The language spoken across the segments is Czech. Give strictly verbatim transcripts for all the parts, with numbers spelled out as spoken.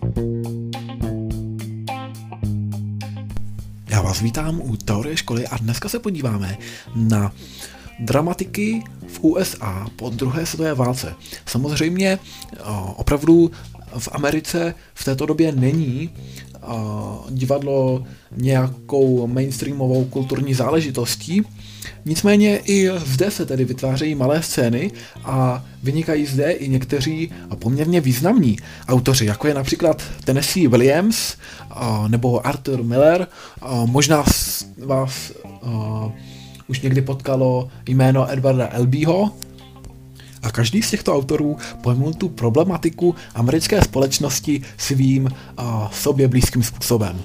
Já vás vítám u Teorie školy a dneska se podíváme na dramatiky v U S A po druhé světové válce. Samozřejmě opravdu v Americe v této době není divadlo nějakou mainstreamovou kulturní záležitostí, nicméně i zde se tedy vytvářejí malé scény a vynikají zde i někteří poměrně významní autoři, jako je například Tennessee Williams nebo Arthur Miller. Možná vás už někdy potkalo jméno Edwarda Albeeho. A každý z těchto autorů pojmul tu problematiku americké společnosti svým a sobě blízkým způsobem.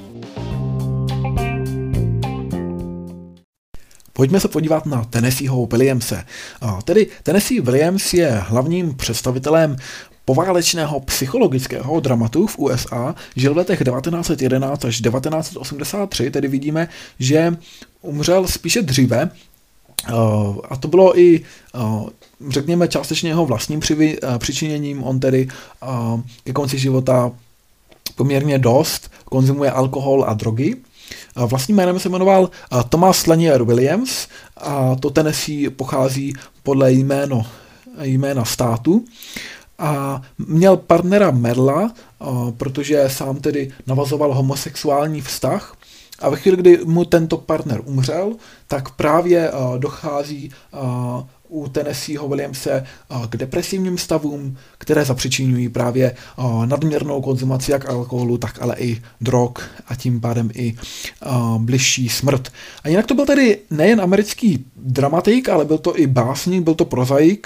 Pojďme se podívat na Tennesseeho Williamse. A tedy Tennessee Williams je hlavním představitelem poválečného psychologického dramatu v U S A, žil v letech devatenáct set jedenáct až devatenáct set osmdesát tři, tedy vidíme, že umřel spíše dříve. Uh, a to bylo i, uh, řekněme, částečně jeho vlastním přivy, uh, přičiněním. On tedy uh, ke konci života poměrně dost konzumuje alkohol a drogy. Uh, vlastním jménem se jmenoval uh, Thomas Lanier Williams a to Tennessee pochází podle jméno, jména státu. A měl partnera Merla, uh, protože sám tedy navazoval homosexuální vztah. A ve chvíli, kdy mu tento partner umřel, tak právě uh, dochází uh, u Tennesseeho Williamse uh, k depresivním stavům, které zapřičiňují právě uh, nadměrnou konzumaci jak alkoholu, tak ale i drog a tím pádem i uh, bližší smrt. A jinak to byl tedy nejen americký dramatik, ale byl to i básník, byl to prozaik.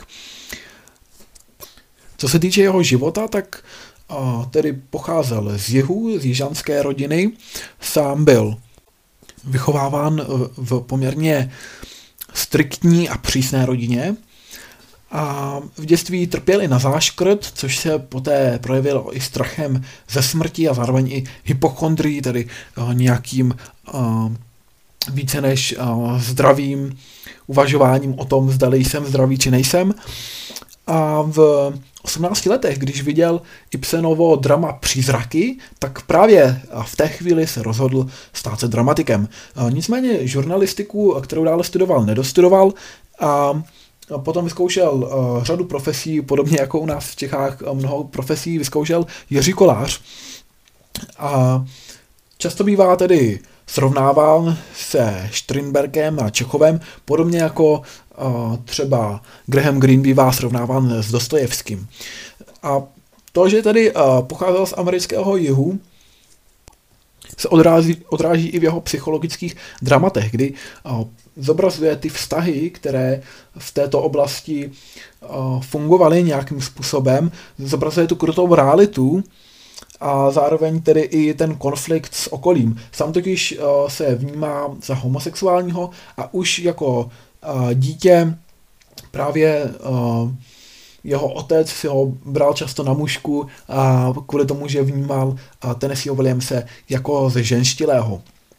Co se týče jeho života, tak uh, tedy pocházel z jihu, z jižanské rodiny, sám byl vychováván v poměrně striktní a přísné rodině a v dětství trpěl i na záškrt, což se poté projevilo i strachem ze smrti a zároveň i hypochondrií, tedy uh, nějakým uh, více než uh, zdravým uvažováním o tom, zdali jsem zdravý či nejsem. A v osmnácti letech, když viděl Ibsenovo drama Přízraky, tak právě v té chvíli se rozhodl stát se dramatikem. Nicméně žurnalistiku, kterou dále studoval, nedostudoval a potom vyzkoušel řadu profesí, podobně jako u nás v Čechách mnoho profesí vyzkoušel Jiří Kolář. A často bývá tedy srovnával se Strindbergem a Čechovem, podobně jako uh, třeba Graham Greene bývá srovnáván s Dostojevským. A to, že tedy uh, pocházel z amerického jihu, se odráží, odráží i v jeho psychologických dramatech, kdy uh, zobrazuje ty vztahy, které v této oblasti uh, fungovaly nějakým způsobem, zobrazuje tu krutou realitu, a zároveň tedy i ten konflikt s okolím. Sám totiž uh, se vnímá za homosexuálního a už jako uh, dítě právě uh, jeho otec si ho bral často na mužku a kvůli tomu, že vnímal uh, Tennesseeho Williamse jako ze ženštilého.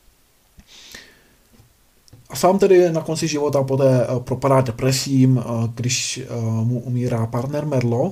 A sám tedy na konci života poté uh, propadá depresím, uh, když uh, mu umírá partner Merlo.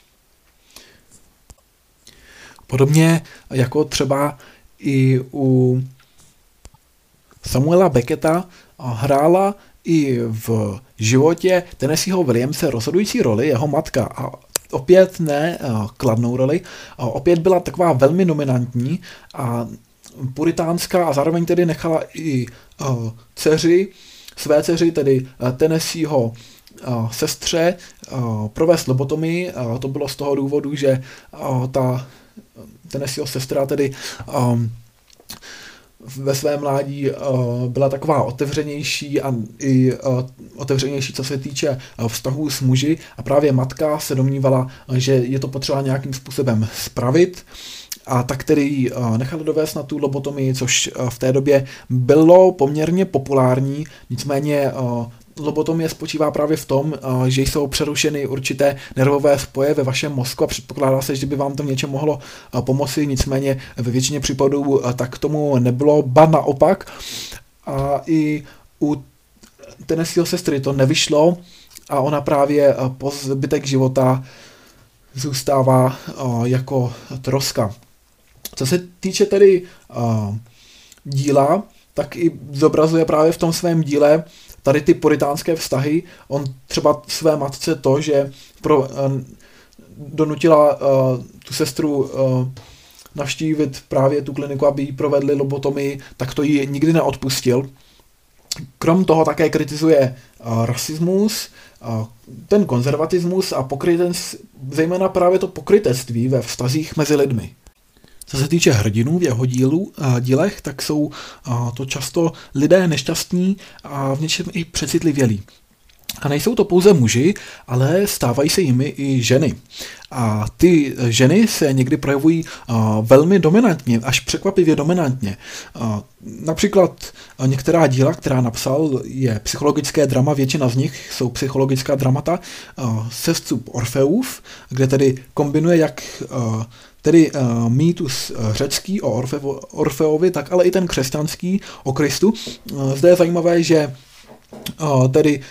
Podobně jako třeba i u Samuela Becketa hrála i v životě Tennesseeho Williamse rozhodující roli jeho matka. A opět ne kladnou roli, a opět byla taková velmi dominantní a puritánská a zároveň tedy nechala i dceři, své dceři, tedy Tennesseeho sestře, provést lobotomii. To bylo z toho důvodu, že ta Tennesseeho sestra tedy um, ve svém mládí uh, byla taková otevřenější a i uh, otevřenější, co se týče uh, vztahů s muži a právě matka se domnívala, uh, že je to potřeba nějakým způsobem spravit a tak tedy uh, nechala dovést na tu lobotomii, což uh, v té době bylo poměrně populární, nicméně uh, lobotomie spočívá právě v tom, že jsou přerušeny určité nervové spoje ve vašem mozku a předpokládá se, že by vám to v něčem mohlo pomoci, nicméně ve většině případů tak tomu nebylo, ba naopak. A i u Tennesseeho sestry to nevyšlo a ona právě po zbytek života zůstává jako troska. Co se týče tedy díla, tak i zobrazuje právě v tom svém díle tady ty puritánské vztahy. On třeba své matce to, že pro, donutila tu sestru navštívit právě tu kliniku, aby jí provedli lobotomii, tak to jí nikdy neodpustil. Krom toho také kritizuje uh, rasismus, uh, ten konzervatismus a pokrytec, zejména právě to pokrytectví ve vztazích mezi lidmi. Co se týče hrdinů v jeho dílu, uh, dílech, tak jsou uh, to často lidé nešťastní a v něčem i přecitlivělí. A nejsou to pouze muži, ale stávají se jimi i ženy. A ty ženy se někdy projevují uh, velmi dominantně, až překvapivě dominantně. Uh, například uh, některá díla, která napsal, je psychologické drama, většina z nich jsou psychologická dramata, uh, Sestup Orfeův, kde tedy kombinuje jak uh, tedy uh, mýtus řecký o Orfeo, Orfeovi, tak ale i ten křesťanský o Kristu. Uh, zde je zajímavé, že uh, tedy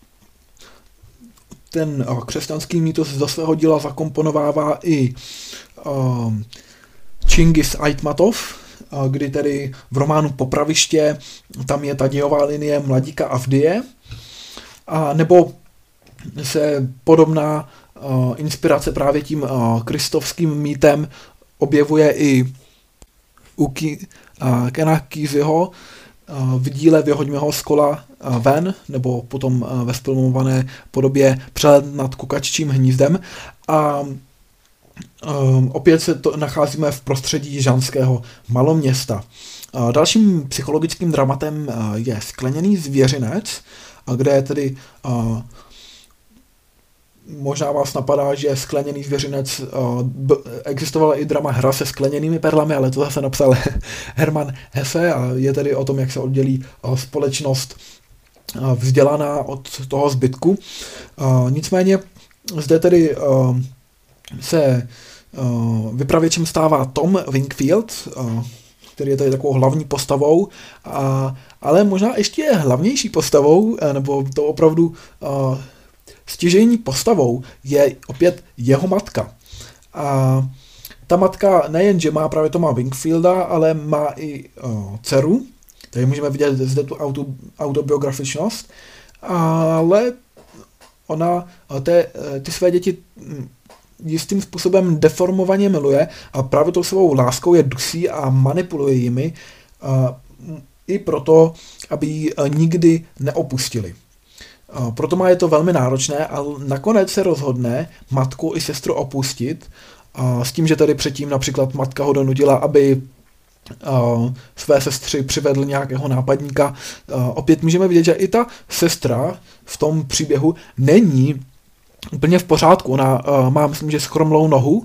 ten uh, křesťanský mýtus do svého díla zakomponovává i uh, Čingis Aitmatov, uh, kdy tedy v románu Popraviště tam je ta dějová linie mladíka Avdije, a nebo se podobná uh, inspirace právě tím uh, kristovským mýtem objevuje i u Ki, uh, Kena Keseyho v díle Vyhoďme ho z kola ven, nebo potom ve sfilmované podobě Přelet nad kukaččím hnízdem. A um, opět se to nacházíme v prostředí jižanského maloměsta. Uh, dalším psychologickým dramatem uh, je Skleněný zvěřinec, uh, kde je tedy uh, možná vás napadá, že Skleněný zvěřinec, uh, b- existovala i drama Hra se skleněnými perlami, ale to zase napsal Hermann Hesse a je tedy o tom, jak se oddělí uh, společnost uh, vzdělaná od toho zbytku. Uh, nicméně zde tedy uh, se uh, vypravěčem stává Tom Wingfield, uh, který je tady takovou hlavní postavou, a, ale možná ještě hlavnější postavou, nebo to opravdu uh, stěžejní postavou je opět jeho matka. A ta matka nejen, že má právě Toma Wingfielda, ale má i uh, dceru, tady můžeme vidět zde tu auto, autobiografičnost, ale ona te, ty své děti jistým způsobem deformovaně miluje a právě tou svou láskou je dusí a manipuluje jimi, uh, i proto, aby ji nikdy neopustili. Proto má je to velmi náročné, ale nakonec se rozhodne matku i sestru opustit, s tím, že tedy předtím například matka ho donutila, aby své sestři přivedl nějakého nápadníka. Opět můžeme vidět, že i ta sestra v tom příběhu není úplně v pořádku. Ona má, myslím, že schromlou nohu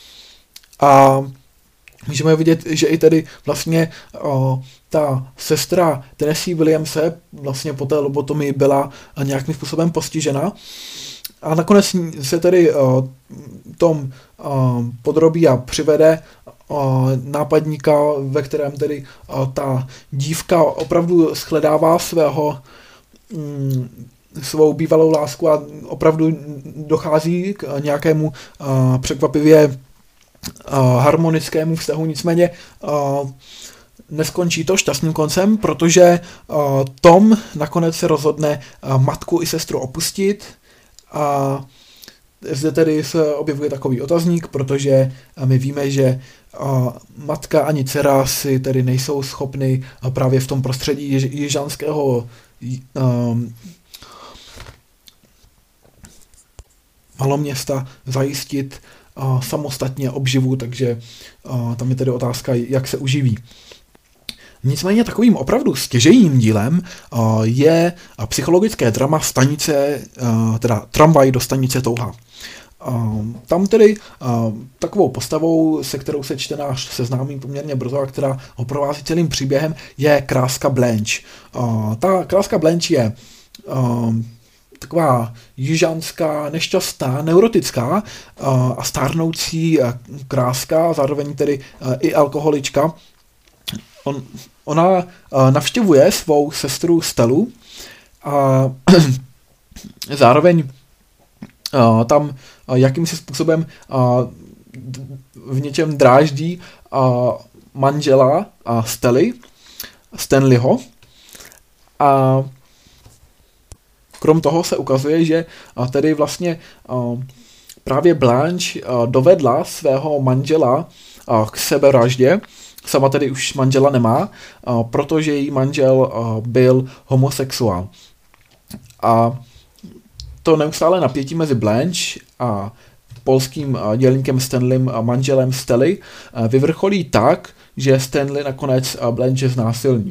a můžeme vidět, že i tedy vlastně o, ta sestra Tennessee Williamse vlastně po té lobotomii byla nějakým způsobem postižena a nakonec se tedy o, Tom o, podrobí a přivede o, nápadníka, ve kterém tedy o, ta dívka opravdu shledává svého mm, svou bývalou lásku a opravdu dochází k nějakému o, překvapivě Uh, harmonickému vztahu, nicméně uh, neskončí to šťastným koncem, protože uh, Tom nakonec se rozhodne uh, matku i sestru opustit a zde tedy se objevuje takový otazník, protože uh, my víme, že uh, matka ani dcera si tedy nejsou schopny uh, právě v tom prostředí již, jižanského uh, maloměsta zajistit a samostatně obživu, takže a, tam je tedy otázka, jak se uživí. Nicméně takovým opravdu stěžejním dílem a, je a psychologické drama Stanice, a, teda Tramvaj do stanice Touha. A, tam tedy a, takovou postavou, se kterou se čtenář seznámí poměrně brzo a která ho provází celým příběhem, je Kráska Blanche. A, ta Kráska Blanche je a, taková jižanská, nešťastná, neurotická a stárnoucí kráska, zároveň tedy i alkoholička. On, ona navštěvuje svou sestru Stelu a zároveň uh, tam uh, jakýmsi způsobem uh, v něčem dráždí uh, manžela uh, Stelly, Stanleyho. A krom toho se ukazuje, že uh, tedy vlastně uh, právě Blanche uh, dovedla svého manžela uh, k sebevraždě. Sama tedy už manžela nemá, uh, protože její manžel uh, byl homosexuál. A to neustále napětí mezi Blanche a polským dělníkem Stanleym a manželem Stelly vyvrcholí tak, že Stanley nakonec Blanche znásilní.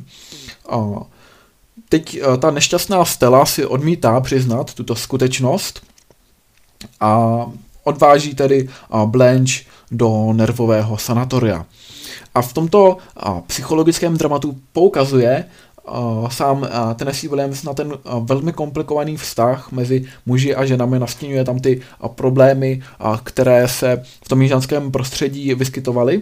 Teď ta nešťastná Stella si odmítá přiznat tuto skutečnost a odváží tedy Blanche do nervového sanatoria. A v tomto psychologickém dramatu poukazuje Uh, sám uh, Tennessee Williams na ten uh, velmi komplikovaný vztah mezi muži a ženami, nastínuje tam ty uh, problémy, uh, které se v tom jižanském prostředí vyskytovaly.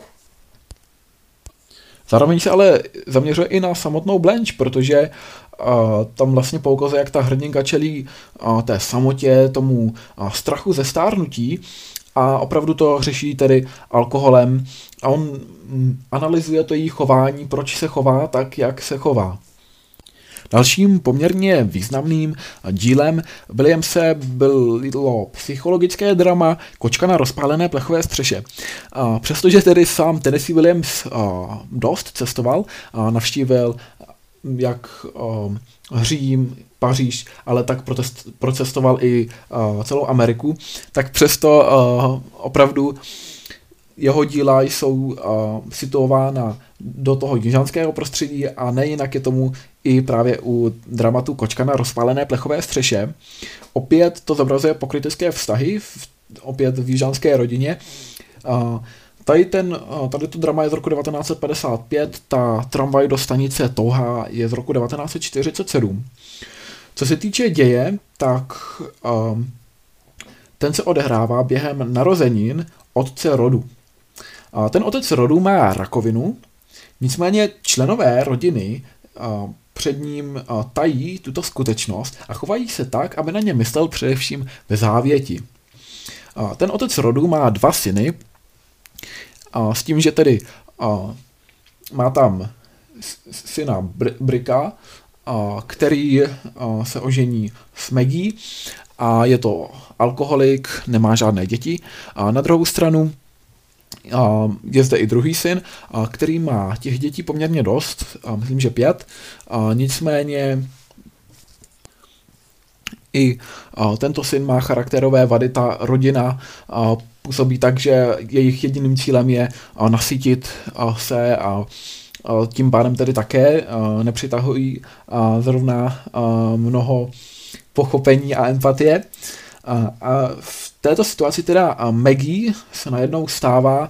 Zároveň se ale zaměřuje i na samotnou Blanche, protože uh, tam vlastně poukazuje, jak ta hrdinka čelí uh, té samotě, tomu uh, strachu ze stárnutí a opravdu to řeší tedy alkoholem a on mm, analyzuje to její chování, proč se chová tak, jak se chová. Dalším poměrně významným dílem Williamse bylo psychologické drama Kočka na rozpálené plechové střeše. A přestože tedy sám Tennessee Williams a, dost cestoval, a navštívil jak a, Řím, Paříž, ale tak protest, procestoval i a, celou Ameriku, tak přesto a, opravdu jeho díla jsou uh, situována do toho jižanského prostředí a nejinak je tomu i právě u dramatu Kočka na rozpálené plechové střeše. Opět to zobrazuje pokrytecké vztahy, v, opět v jižanské rodině. Uh, tady, ten, uh, tady to drama je z roku devatenáct set padesát pět, ta Tramvaj do stanice Touha je z roku devatenáct set čtyřicet sedm. Co se týče děje, tak uh, ten se odehrává během narozenin otce rodu. Ten otec rodu má rakovinu, nicméně členové rodiny před ním tají tuto skutečnost a chovají se tak, aby na ně myslel především ve závěti. Ten otec rodu má dva syny, s tím, že tedy má tam syna Bricka, který se ožení s Maggie a je to alkoholik, nemá žádné děti. A na druhou stranu je zde i druhý syn, který má těch dětí poměrně dost, myslím, že pět, nicméně i tento syn má charakterové vady, ta rodina působí tak, že jejich jediným cílem je nasytit se a tím pádem tedy také nepřitahují zrovna mnoho pochopení a empatie. A v této situaci teda Maggie se najednou stává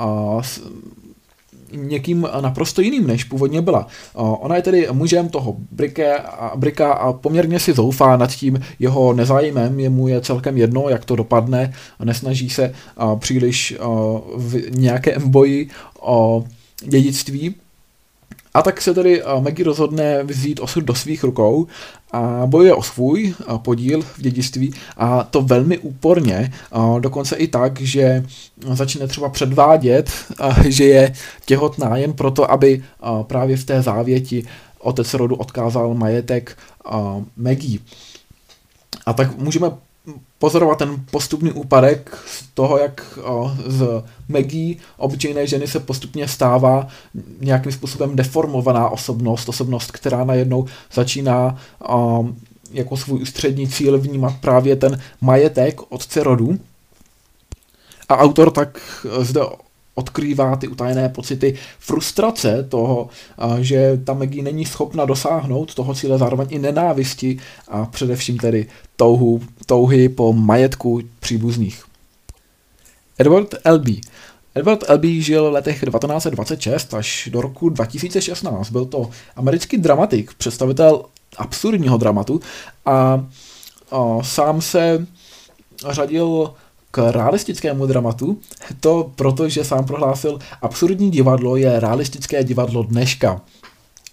někým naprosto jiným, než původně byla. Ona je tedy mužem toho Bricka a poměrně si zoufá nad tím jeho nezájmem, jemu je celkem jedno, jak to dopadne a nesnaží se příliš v nějakém boji o dědictví. A tak se tedy Maggie rozhodne vzít osud do svých rukou a bojuje o svůj podíl v dědictví a to velmi úporně, dokonce i tak, že začne třeba předvádět, že je těhotná jen proto, aby právě v té závěti otec rodu odkázal majetek Maggie. A tak můžeme pozorovat ten postupný úpadek z toho, jak z Maggie, obyčejné ženy, se postupně stává nějakým způsobem deformovaná osobnost, osobnost, která najednou začíná jako svůj ústřední cíl vnímat právě ten majetek otce rodu. A autor tak zde odkrývá ty utajené pocity frustrace toho, že ta Maggie není schopna dosáhnout toho cíle, zároveň i nenávisti a především tedy touhu, touhy po majetku příbuzných. Edward Albee. Edward Albee žil v letech devatenáct set dvacet šest až do roku dva tisíce šestnáct. Byl to americký dramatik, představitel absurdního dramatu a, a sám se řadil k realistickému dramatu, to proto, že sám prohlásil, absurdní divadlo je realistické divadlo dneška.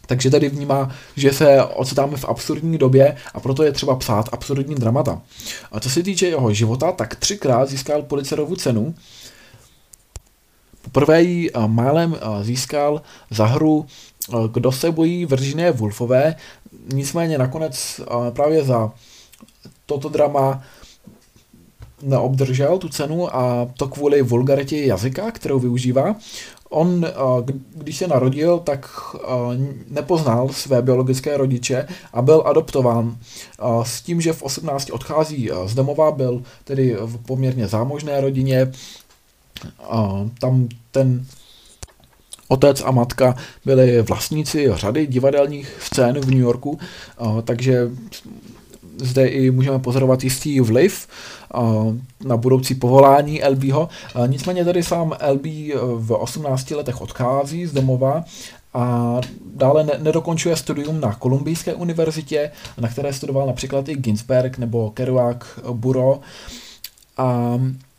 Takže tady vnímá, že se ocitáme v absurdní době a proto je třeba psát absurdní dramata. A co se týče jeho života, tak třikrát získal Pulitzerovu cenu. Poprvé ji málem získal za hru Kdo se bojí Virginie Woolfové, nicméně nakonec právě za toto drama neobdržel tu cenu a to kvůli vulgaritě jazyka, kterou využívá. On, když se narodil, tak nepoznal své biologické rodiče a byl adoptován s tím, že v osmnácti odchází z domova, byl tedy v poměrně zámožné rodině. Tam ten otec a matka byli vlastníci řady divadelních scén v New Yorku, takže zde i můžeme pozorovat jistý vliv na budoucí povolání L Bho. Nicméně tady sám L B v osmnácti letech odchází z domova a dále nedokončuje studium na Kolumbijské univerzitě, na které studoval například i Ginsberg nebo Kerouac, Bureau. A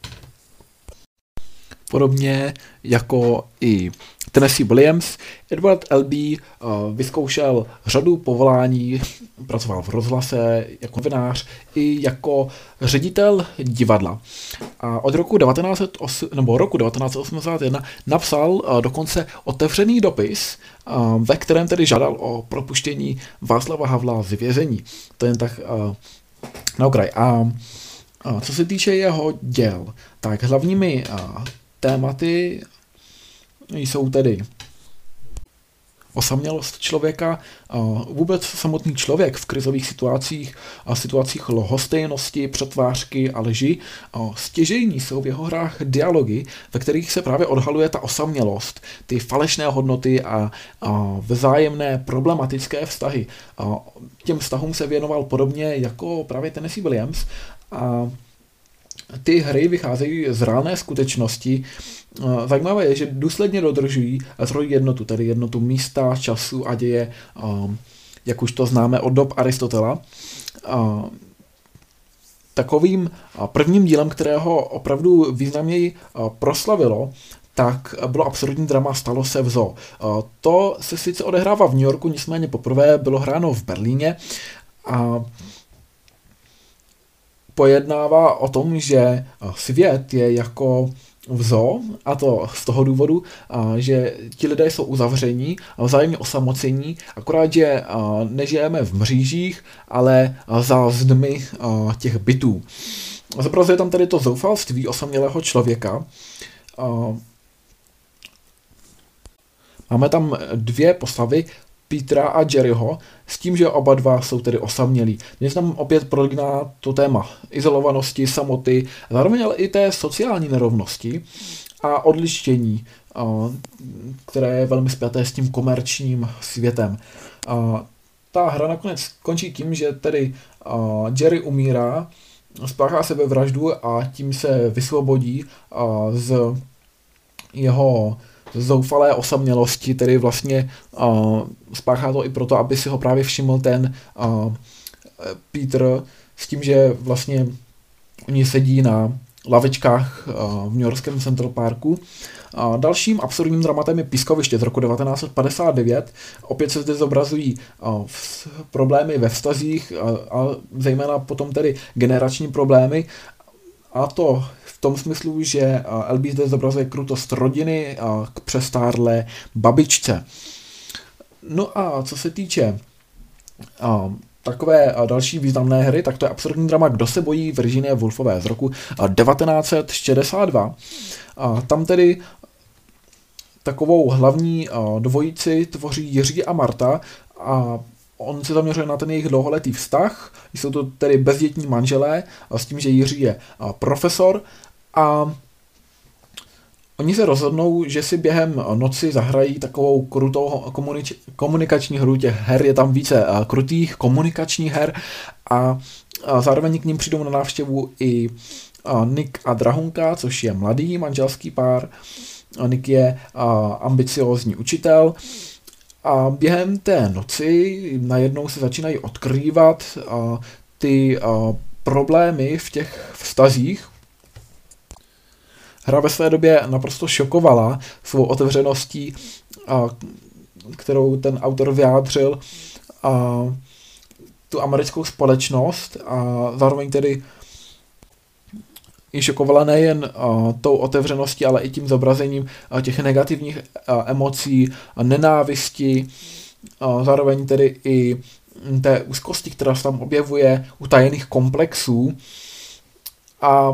podobně jako i Tennessee Williams, Edward L B vyzkoušel řadu povolání, pracoval v rozhlase jako novinář i jako ředitel divadla. A od roku devatenáct set osm, nebo roku devatenáct set osmdesát jedna napsal dokonce otevřený dopis, ve kterém tedy žádal o propuštění Václava Havla z vězení. To jen tak na okraj. A co se týče jeho děl, tak hlavními tématy jsou tedy osamělost člověka, vůbec samotný člověk v krizových situacích a situacích lhostejnosti, přetvářky a lži. Stěžejní jsou v jeho hrách dialogy, ve kterých se právě odhaluje ta osamělost, ty falešné hodnoty a, a vzájemné problematické vztahy. A těm vztahům se věnoval podobně jako právě Tennessee Williams a ty hry vycházejí z reálné skutečnosti. Zajímavé je, že důsledně dodržují trojí jednotu, tedy jednotu místa, času a děje, jak už to známe od dob Aristotela. Takovým prvním dílem, kterého opravdu významněji proslavilo, tak bylo absurdní drama Stalo se v zoo. To se sice odehrává v New Yorku, nicméně poprvé bylo hráno v Berlíně a pojednává o tom, že svět je jako v zoo, a to z toho důvodu, že ti lidé jsou uzavření a vzájemně osamocení, akorát, že nežijeme v mřížích, ale za zdmi těch bytů. Zobrazuje tam tedy to zoufalství osamělého člověka. Máme tam dvě postavy, Petera a Jerryho, s tím, že oba dva jsou tedy osamělí. Dnes tam opět prolíná to téma izolovanosti, samoty, zároveň ale i té sociální nerovnosti a odlištění, které je velmi spjaté s tím komerčním světem. Ta hra nakonec končí tím, že tedy Jerry umírá, spáchá sebevraždu a tím se vysvobodí z jeho zoufalé osamělosti, tedy vlastně uh, spáchá to i proto, aby si ho právě všiml ten uh, Peter, s tím, že vlastně oni sedí na lavičkách uh, v newyorském Central Parku. Uh, dalším absurdním dramatem je Pískoviště z roku devatenáct set padesát devět. Opět se zde zobrazují uh, problémy ve vztazích uh, a zejména potom tedy generační problémy. A to v tom smyslu, že L B zde zobrazuje krutost rodiny k přestárlé babičce. No a co se týče a, takové a další významné hry, tak to je absurdní drama Kdo se bojí Virginie Woolfové z roku devatenáct set šedesát dva. A tam tedy takovou hlavní a, dvojici tvoří Jiří a Marta a on se zaměřuje na ten jejich dlouholetý vztah. Jsou to tedy bezdětní manželé a s tím, že Jiří je profesor a oni se rozhodnou, že si během noci zahrají takovou krutou komunič- komunikační hru. Těch her je tam více krutých komunikačních her a, a zároveň k ním přijdou na návštěvu i Nick a Drahunka, což je mladý manželský pár. Nick je ambiciózní učitel. A během té noci najednou se začínají odkrývat a, ty a, problémy v těch vztazích. Hra ve své době naprosto šokovala svou otevřeností a kterou ten autor vyjádřil a tu americkou společnost a zároveň tedy ji šokovala nejen a, tou otevřeností, ale i tím zobrazením a, těch negativních a, emocí a nenávisti, a zároveň tedy i té úzkosti, která se tam objevuje, utajených komplexů. A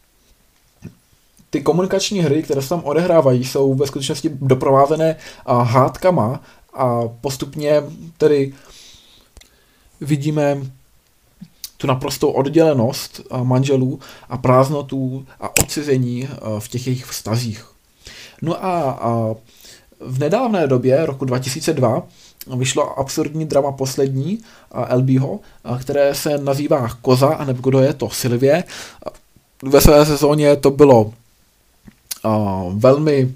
ty komunikační hry, které se tam odehrávají, jsou ve skutečnosti doprovázené a, hádkama a postupně tedy vidíme tu naprostou oddělenost manželů a prázdnotu a odcizení v těch jejich vztazích. No a, a v nedávné době, roku dva tisíce dva, vyšlo absurdní drama Poslední L Bho, které se nazývá Koza, anebo Kdo je to, Sylvie. Ve své sezóně to bylo a, velmi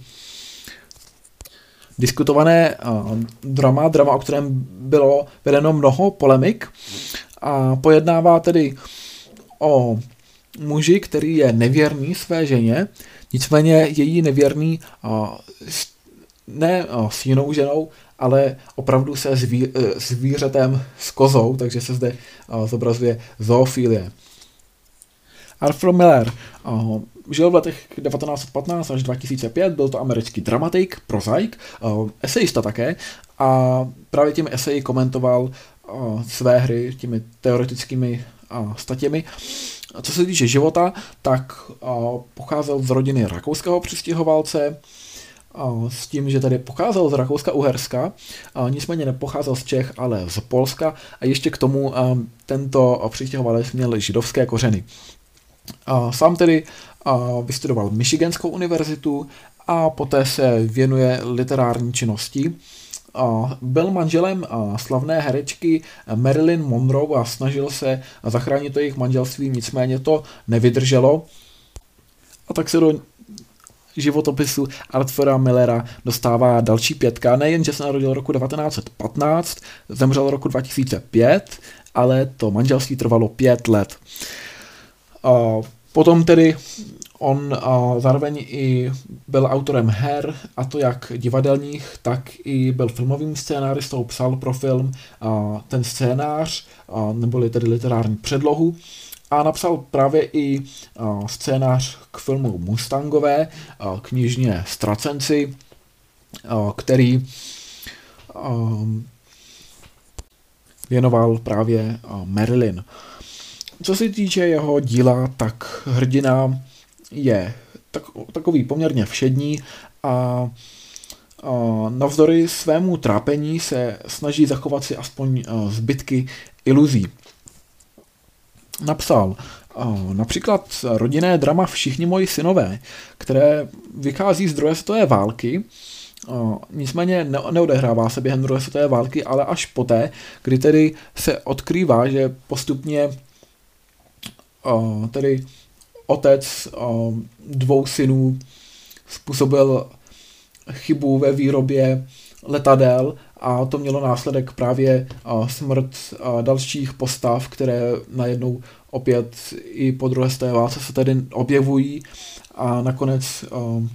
diskutované a, drama, drama, o kterém bylo vedeno mnoho polemik. A pojednává tedy o muži, který je nevěrný své ženě, nicméně je jí nevěrný a, ne a, s jinou ženou, ale opravdu se zví, zvířetem, s kozou, takže se zde a, zobrazuje zoofilie. Arthur Miller a, žil v letech devatenáct set patnáct až dva tisíce pět, byl to americký dramatik, prozaik, esejista také a právě těmi eseji komentoval své hry těmi teoretickými statěmi. Co se týče života, tak pocházel z rodiny rakouského přistěhovalce, s tím, že tady pocházel z Rakouska-Uherska, nicméně nepocházel z Čech, ale z Polska a ještě k tomu tento přistěhovalec měl židovské kořeny. Sám tedy vystudoval Michiganskou univerzitu a poté se věnuje literární činnosti. Byl manželem slavné herečky Marilyn Monroe a snažil se zachránit to jejich manželství, nicméně to nevydrželo. A tak se do životopisu Arthura Millera dostává další pětka. Nejen, že se narodil roku devatenáct set patnáct, zemřel roku dva tisíce pět, ale to manželství trvalo pět let. Potom tedy on a zároveň i byl autorem her, a to jak divadelních, tak i byl filmovým scénáristou, psal pro film a ten scénář, a neboli tedy literární předlohu, a napsal právě i a, scénář k filmu Mustangové, a, knižně Ztracenci, a, který a, věnoval právě a, Marilyn. Co se týče jeho díla, tak hrdina je tak, takový poměrně všední a, a navzdory svému trápení se snaží zachovat si aspoň zbytky iluzí. Napsal a, například rodinné drama Všichni moji synové, které vychází z druhé světové války, a, nicméně ne, neodehrává se během druhé světové války, ale až poté, kdy tedy se odkrývá, že postupně a, tedy otec dvou synů způsobil chybu ve výrobě letadel a to mělo následek právě smrt dalších postav, které najednou opět i po druhé světové válce se tedy objevují a nakonec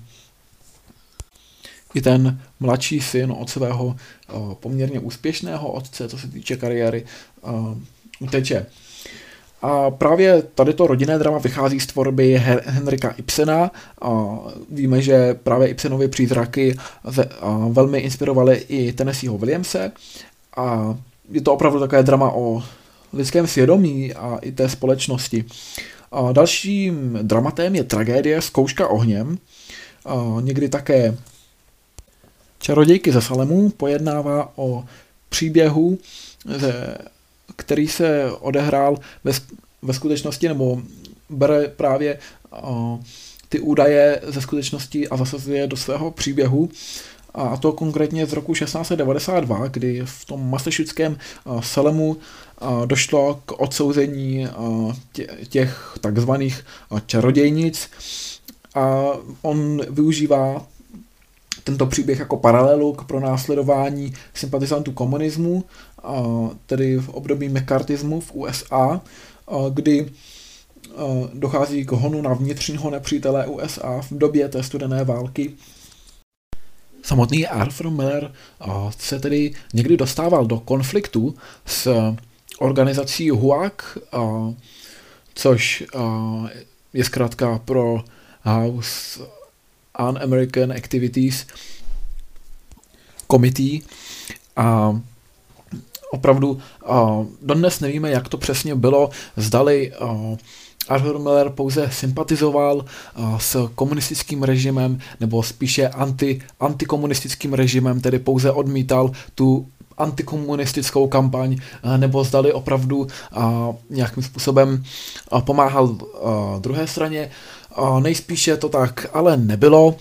i ten mladší syn od svého poměrně úspěšného otce, co se týče kariéry, uteče. A právě tady to rodinné drama vychází z tvorby Henrika Ibsena. A víme, že právě Ibsenovy přízraky velmi inspirovaly i Tennesseeho Williamse. A je to opravdu takové drama o lidském svědomí a i té společnosti. A dalším dramatem je tragédie Zkouška ohněm. A někdy také Čarodějky ze Salemu pojednává o příběhu, ze který se odehrál ve, ve skutečnosti, nebo bere právě uh, ty údaje ze skutečnosti a zasazuje do svého příběhu. A to konkrétně z roku šestnáct set devadesát dva, kdy v tom massachusettském uh, Salemu uh, došlo k odsouzení uh, tě, těch takzvaných uh, čarodějnic. A on využívá tento příběh jako paralelu k pronásledování sympatizantů komunismu, tedy v období mccarthyismu v U S A, kdy dochází k honu na vnitřního nepřítele U S A v době té studené války. Samotný Arthur Miller se tedy někdy dostával do konfliktu s organizací H U A C, což je zkrátka pro House Un-American Activities Committee. A opravdu dodnes nevíme, jak to přesně bylo, zdali Arthur Miller pouze sympatizoval s komunistickým režimem, nebo spíše anti, antikomunistickým režimem, tedy pouze odmítal tu antikomunistickou kampaň, nebo zdali opravdu nějakým způsobem pomáhal druhé straně. Nejspíše to tak ale nebylo.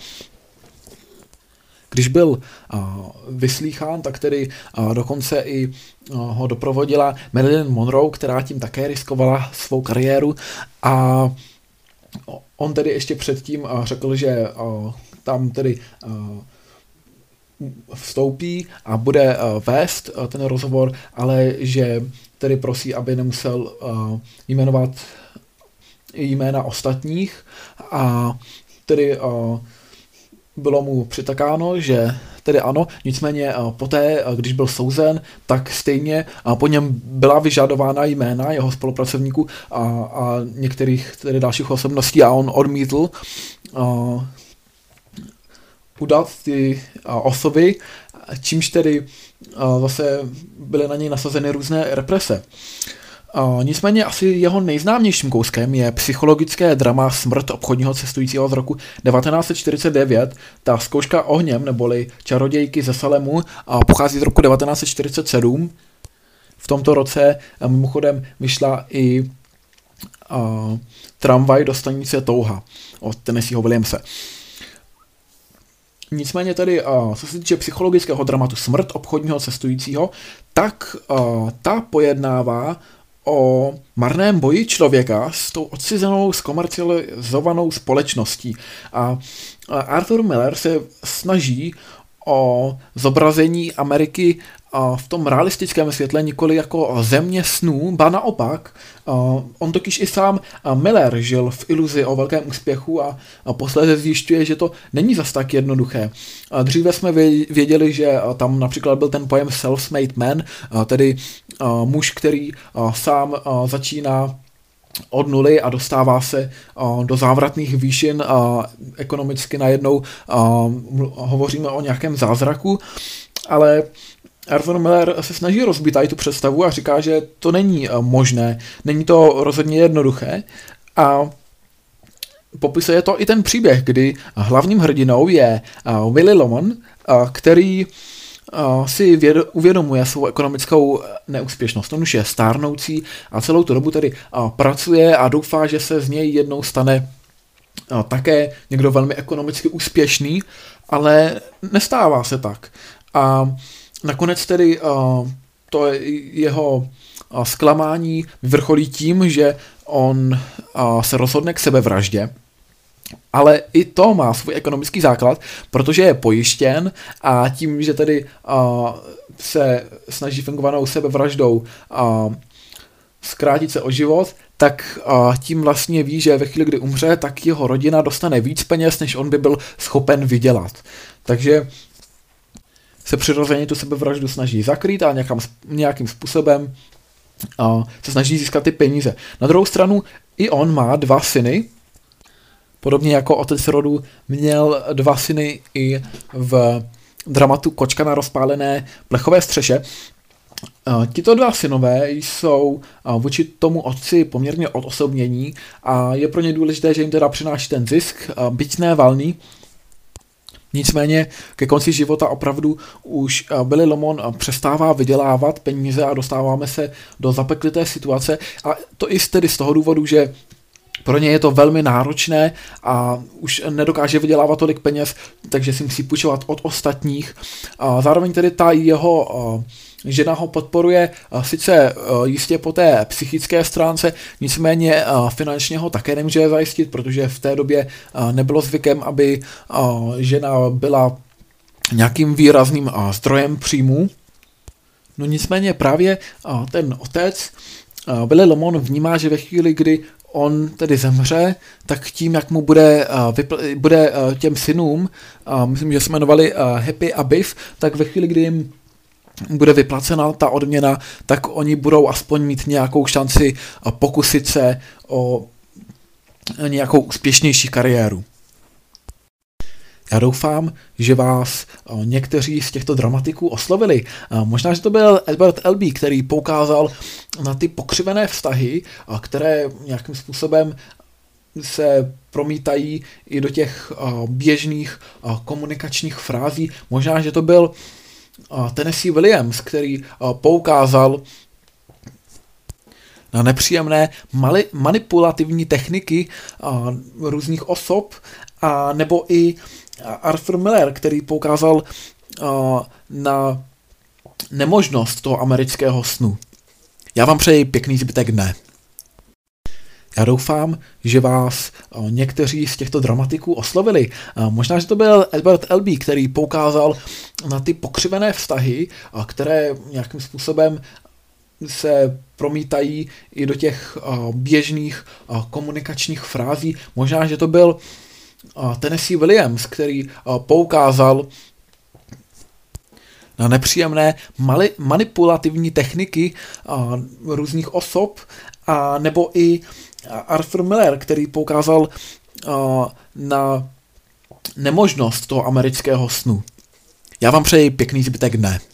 Když byl uh, vyslýchán, tak tedy uh, dokonce i uh, ho doprovodila Marilyn Monroe, která tím také riskovala svou kariéru, a on tedy ještě předtím uh, řekl, že uh, tam tedy uh, vstoupí a bude uh, vést uh, ten rozhovor, ale že tedy prosí, aby nemusel uh, jmenovat jména ostatních, a tedy uh, bylo mu přitakáno, že tedy ano, nicméně poté, když byl souzen, tak stejně po něm byla vyžadována jména jeho spolupracovníků a, a některých tedy dalších osobností, a on odmítl a, udat ty a, osoby, čímž tedy a, zase byly na něj nasazeny různé represe. Uh, nicméně asi jeho nejznámějším kouskem je psychologické drama Smrt obchodního cestujícího z roku devatenáct set čtyřicet devět. Ta zkouška ohněm, neboli Čarodějky ze Salemu, uh, pochází z roku devatenáct set čtyřicet sedm. V tomto roce uh, mimochodem vyšla i uh, Tramvaj do stanice Touha od Tennesseeho Williamse. Nicméně tedy, uh, co se týče psychologického dramatu Smrt obchodního cestujícího, tak uh, ta pojednává o marném boji člověka s tou odcizenou, zkomercializovanou společností. A Arthur Miller se snaží o zobrazení Ameriky v tom realistickém světle, nikoli jako země snů, ba naopak. On totiž i sám Miller žil v iluzi o velkém úspěchu a posléze zjišťuje, že to není zas tak jednoduché. Dříve jsme věděli, že tam například byl ten pojem self-made man, tedy muž, který sám začíná od nuly a dostává se uh, do závratných výšin a ekonomicky najednou uh, hovoříme o nějakém zázraku, ale Arthur Miller se snaží rozbít tady tu představu a říká, že to není uh, možné, není to rozhodně jednoduché, a popisuje to i ten příběh, kdy hlavním hrdinou je uh, Willy Loman, uh, který Uh, si věd- uvědomuje svou ekonomickou neúspěšnost. On už je stárnoucí a celou tu dobu tedy uh, pracuje a doufá, že se z něj jednou stane uh, také někdo velmi ekonomicky úspěšný, ale nestává se tak. A nakonec tedy uh, to jeho uh, zklamání vyvrcholí tím, že on uh, se rozhodne k sebevraždě. Ale i to má svůj ekonomický základ, protože je pojištěn a tím, že tedy uh, se snaží fingovanou sebevraždou uh, zkrátit se o život, tak uh, tím vlastně ví, že ve chvíli, kdy umře, tak jeho rodina dostane víc peněz, než on by byl schopen vydělat. Takže se přirozeně tu sebevraždu snaží zakrýt a nějakým, nějakým způsobem uh, se snaží získat ty peníze. Na druhou stranu i on má dva syny. Podobně jako otec rodu měl dva syny i v dramatu Kočka na rozpálené plechové střeše. Tito dva synové jsou vůči tomu otci poměrně odosobnění a je pro ně důležité, že jim teda přináší ten zisk, byť ne valný. Nicméně ke konci života opravdu už Willy Loman přestává vydělávat peníze a dostáváme se do zapeklité situace, a to i tedy z toho důvodu, že pro ně je to velmi náročné a už nedokáže vydělávat tolik peněz, takže si musí půjčovat od ostatních. A zároveň tedy ta jeho žena ho podporuje sice jistě po té psychické stránce, nicméně finančně ho také nemůže zajistit, protože v té době nebylo zvykem, aby žena byla nějakým výrazným zdrojem příjmů. No nicméně právě ten otec Willy Loman vnímá, že ve chvíli, kdy on tedy zemře, tak tím, jak mu bude, uh, vypl- bude uh, těm synům, uh, myslím, že se jmenovali uh, Happy a Biff, tak ve chvíli, kdy jim bude vyplacena ta odměna, tak oni budou aspoň mít nějakou šanci uh, pokusit se o nějakou úspěšnější kariéru. Já doufám, že vás někteří z těchto dramatiků oslovili. Možná, že to byl Edward Albee, který poukázal na ty pokřivené vztahy, které nějakým způsobem se promítají i do těch běžných komunikačních frází. Možná, že to byl Tennessee Williams, který poukázal na nepříjemné mali- manipulativní techniky a, různých osob, a nebo i Arthur Miller, který poukázal a, na nemožnost toho amerického snu. Já vám přeji pěkný zbytek dne. Já doufám, že vás někteří z těchto dramatiků oslovili. Možná, že to byl Edward Albee, který poukázal na ty pokřivené vztahy, které nějakým způsobem se promítají i do těch uh, běžných uh, komunikačních frází. Možná, že to byl uh, Tennessee Williams, který uh, poukázal na nepříjemné mali- manipulativní techniky uh, různých osob, a nebo i Arthur Miller, který poukázal uh, na nemožnost toho amerického snu. Já vám přeji pěkný zbytek dne.